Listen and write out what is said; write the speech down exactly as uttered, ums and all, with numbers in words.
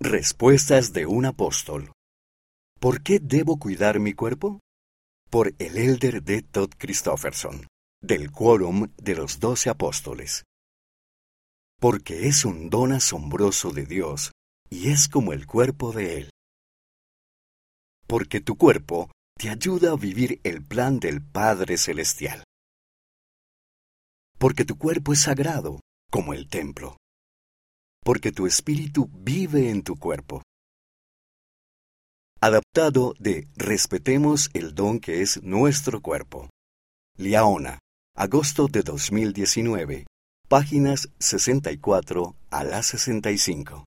Respuestas de un apóstol. ¿Por qué debo cuidar mi cuerpo? Por el elder D. Todd Christofferson, del Quórum de los Doce Apóstoles. Porque es un don asombroso de Dios y es como el cuerpo de Él. Porque tu cuerpo te ayuda a vivir el plan del Padre Celestial. Porque tu cuerpo es sagrado, como el templo. Porque tu espíritu vive en tu cuerpo. Adaptado de Respetemos el don que es nuestro cuerpo. Liaona, agosto de dos mil diecinueve, páginas sesenta y cuatro a la sesenta y cinco.